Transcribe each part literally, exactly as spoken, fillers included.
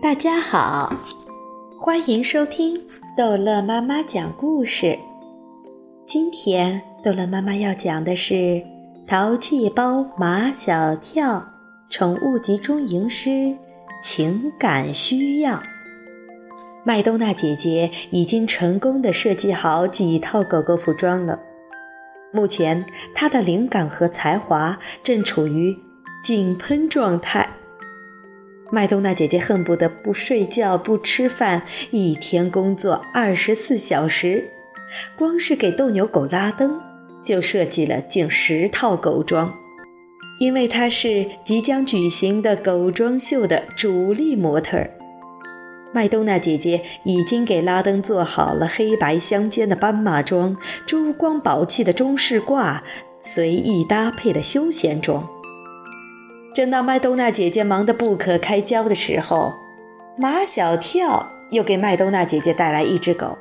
大家好，欢迎收听逗乐妈妈讲故事。今天逗乐妈妈要讲的是淘气包马小跳宠物集中营师情感需要。麦冬娜姐姐已经成功地设计好几套狗狗服装了，目前她的灵感和才华正处于井喷状态。麦冬娜姐姐恨不得不睡觉不吃饭，一天工作二十四小时，光是给斗牛狗拉登就设计了近十套狗装，因为她是即将举行的狗装秀的主力模特儿。麦冬娜姐姐已经给拉登做好了黑白相间的斑马装、珠光宝气的中式褂，随意搭配的休闲装。正当麦冬娜姐姐忙得不可开交的时候，马小跳又给麦冬娜姐姐带来一只狗。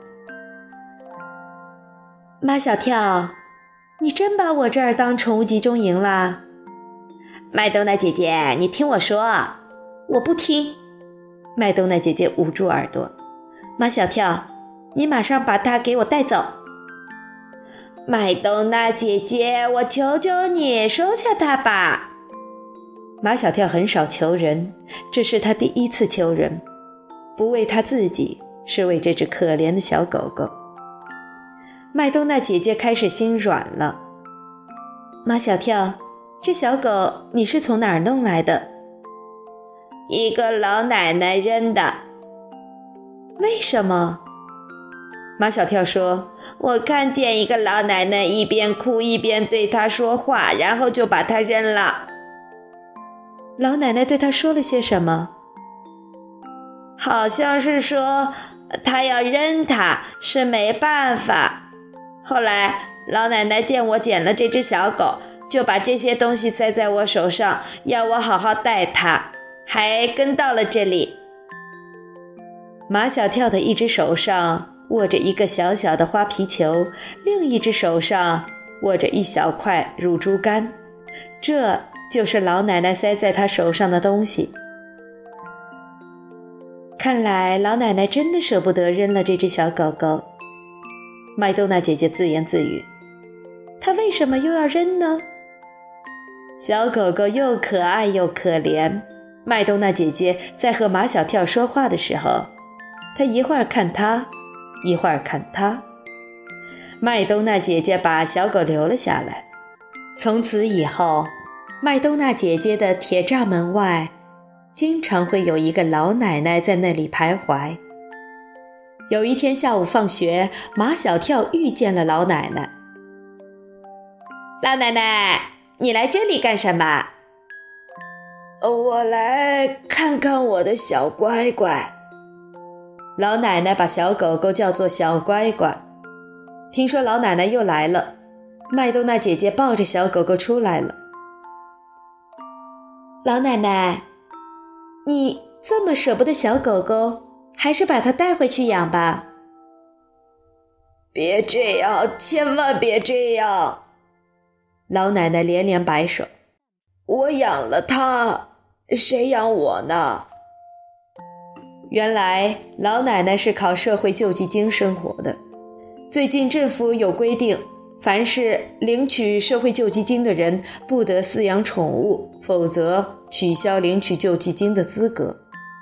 马小跳，你真把我这儿当宠物集中营啦？麦冬娜姐姐，你听我说。我不听。麦冬娜姐姐捂住耳朵。马小跳，你马上把它给我带走。麦冬娜姐姐，我求求你收下它吧。马小跳很少求人，这是他第一次求人，不为他自己，是为这只可怜的小狗狗。麦冬娜姐姐开始心软了。马小跳，这小狗你是从哪儿弄来的？一个老奶奶扔的。为什么？马小跳说，我看见一个老奶奶一边哭一边对她说话，然后就把它扔了。老奶奶对他说了些什么？好像是说他要扔它，是没办法。后来老奶奶见我捡了这只小狗，就把这些东西塞在我手上，要我好好带它，还跟到了这里。马小跳的一只手上握着一个小小的花皮球，另一只手上握着一小块乳猪肝，这就是老奶奶塞在她手上的东西。看来老奶奶真的舍不得扔了这只小狗狗。麦冬娜姐姐自言自语，她为什么又要扔呢？小狗狗又可爱又可怜。麦冬娜姐姐在和马小跳说话的时候，她一会儿看他，一会儿看他。麦冬娜姐姐把小狗留了下来。从此以后，麦冬娜姐姐的铁栅门外经常会有一个老奶奶在那里徘徊。有一天下午放学，马小跳遇见了老奶奶。老奶奶，你来这里干什么？我来看看我的小乖乖。老奶奶把小狗狗叫做小乖乖。听说老奶奶又来了，麦冬娜姐姐抱着小狗狗出来了。老奶奶，你这么舍不得小狗狗，还是把它带回去养吧。别这样，千万别这样。老奶奶连连摆手，我养了它，谁养我呢？原来老奶奶是靠社会救济金生活的。最近政府有规定，凡是领取社会救济金的人不得饲养宠物，否则取消领取救济金的资格。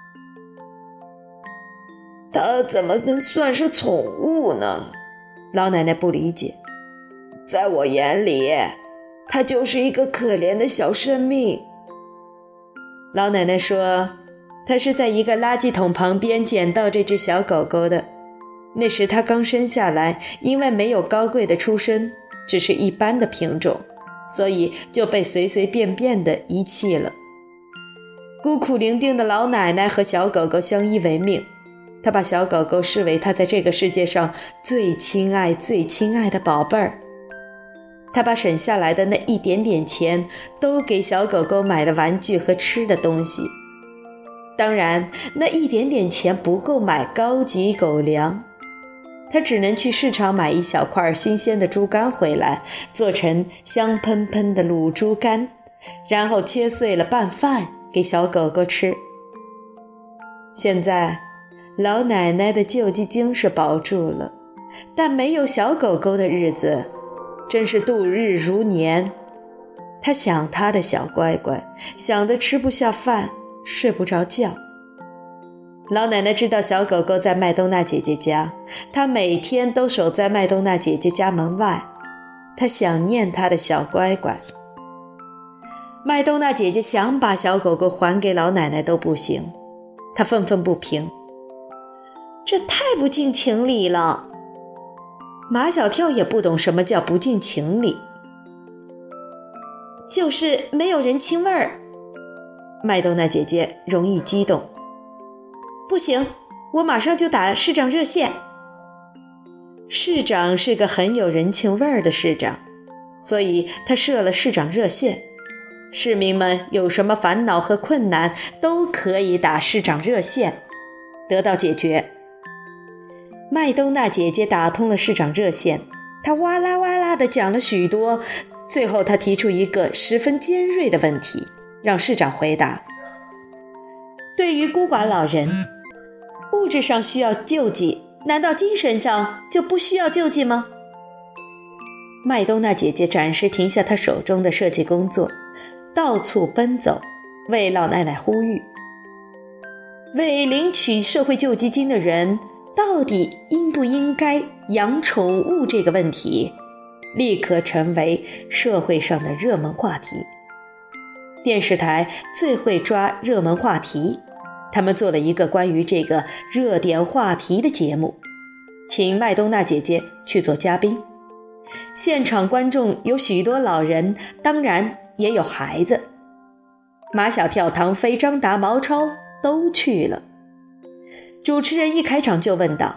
它怎么能算是宠物呢？老奶奶不理解。在我眼里，它就是一个可怜的小生命。老奶奶说，她是在一个垃圾桶旁边捡到这只小狗狗的。那时它刚生下来，因为没有高贵的出身，只是一般的品种，所以就被随随便便地遗弃了。孤苦伶仃的老奶奶和小狗狗相依为命，她把小狗狗视为她在这个世界上最亲爱最亲爱的宝贝儿。她把省下来的那一点点钱都给小狗狗买了玩具和吃的东西。当然，那一点点钱不够买高级狗粮，他只能去市场买一小块新鲜的猪肝回来，做成香喷喷的卤猪肝，然后切碎了拌饭给小狗狗吃。 现在老奶奶的救济金是保住了，但没有小狗狗的日子真是度日如年。她想她的小乖乖，想得吃不下饭，睡不着觉。老奶奶知道小狗狗在麦冬娜姐姐家，她每天都守在麦冬娜姐姐家门外，她想念她的小乖乖。麦冬娜姐姐想把小狗狗还给老奶奶都不行，她愤愤不平，这太不近情理了。马小跳也不懂什么叫不近情理，就是没有人情味儿。麦冬娜姐姐容易激动，不行，我马上就打市长热线。市长是个很有人情味儿的市长，所以他设了市长热线，市民们有什么烦恼和困难都可以打市长热线，得到解决。麦冬娜姐姐打通了市长热线，她哇啦哇啦地讲了许多，最后她提出一个十分尖锐的问题，让市长回答。对于孤寡老人，物质上需要救济，难道精神上就不需要救济吗？麦冬娜姐姐暂时停下她手中的设计工作，到处奔走，为老奶奶呼吁。为领取社会救济金的人到底应不应该养宠物这个问题，立刻成为社会上的热门话题。电视台最会抓热门话题，他们做了一个关于这个热点话题的节目，请麦冬娜姐姐去做嘉宾。现场观众有许多老人，当然也有孩子。马小跳、唐飞、张达、毛超都去了。主持人一开场就问道：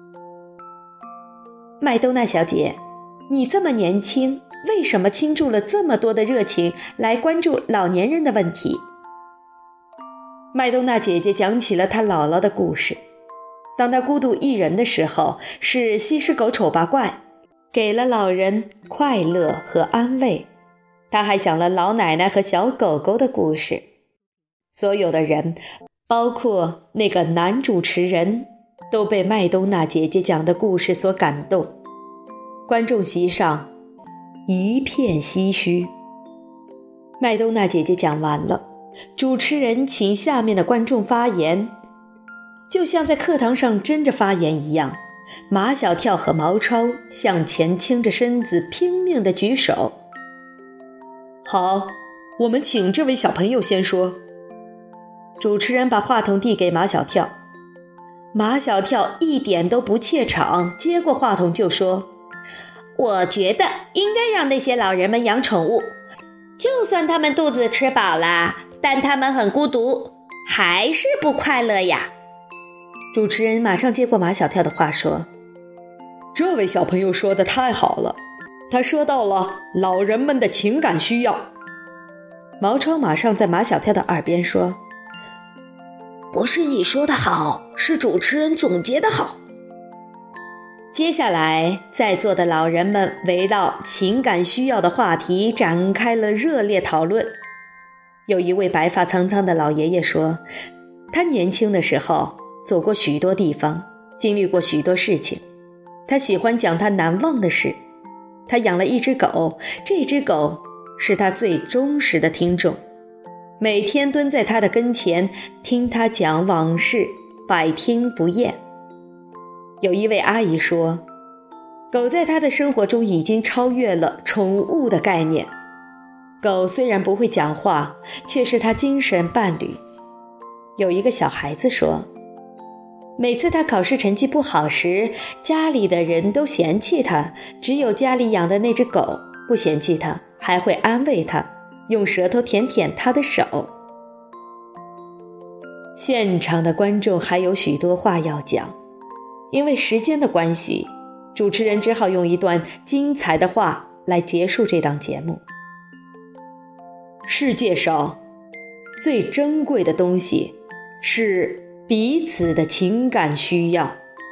麦冬娜小姐，你这么年轻，为什么倾注了这么多的热情来关注老年人的问题？麦冬娜姐姐讲起了她姥姥的故事。当她孤独一人的时候，是西施狗丑八怪给了老人快乐和安慰。她还讲了老奶奶和小狗狗的故事。所有的人，包括那个男主持人，都被麦冬娜姐姐讲的故事所感动。观众席上一片唏嘘。麦冬娜姐姐讲完了，主持人请下面的观众发言，就像在课堂上争着发言一样。马小跳和毛超向前倾着身子，拼命地举手。好，我们请这位小朋友先说。主持人把话筒递给马小跳，马小跳一点都不怯场，接过话筒就说：我觉得应该让那些老人们养宠物，就算他们肚子吃饱了，但他们很孤独，还是不快乐呀。主持人马上接过马小跳的话说：这位小朋友说得太好了，他说到了老人们的情感需要。毛超马上在马小跳的耳边说：不是你说的好，是主持人总结的好。接下来，在座的老人们围绕情感需要的话题展开了热烈讨论。有一位白发苍苍的老爷爷说，他年轻的时候走过许多地方，经历过许多事情，他喜欢讲他难忘的事。他养了一只狗，这只狗是他最忠实的听众，每天蹲在他的跟前听他讲往事，百听不厌。有一位阿姨说，狗在她的生活中已经超越了宠物的概念。狗虽然不会讲话，却是她精神伴侣。有一个小孩子说，每次他考试成绩不好时，家里的人都嫌弃他，只有家里养的那只狗不嫌弃他，还会安慰他，用舌头舔舔他的手。现场的观众还有许多话要讲，因为时间的关系，主持人只好用一段精彩的话来结束这档节目。世界上最珍贵的东西是彼此的情感需要。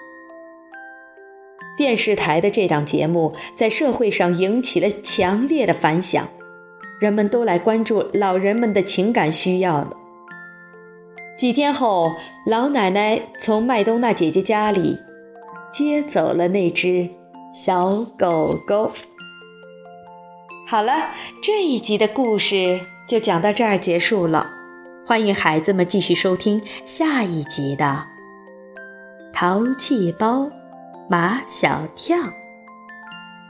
电视台的这档节目在社会上引起了强烈的反响，人们都来关注老人们的情感需要了。几天后， 老奶奶从麦冬娜姐姐家里接走了那只小狗狗。好了，这一集的故事就讲到这儿结束了，欢迎孩子们继续收听下一集的淘气包马小跳。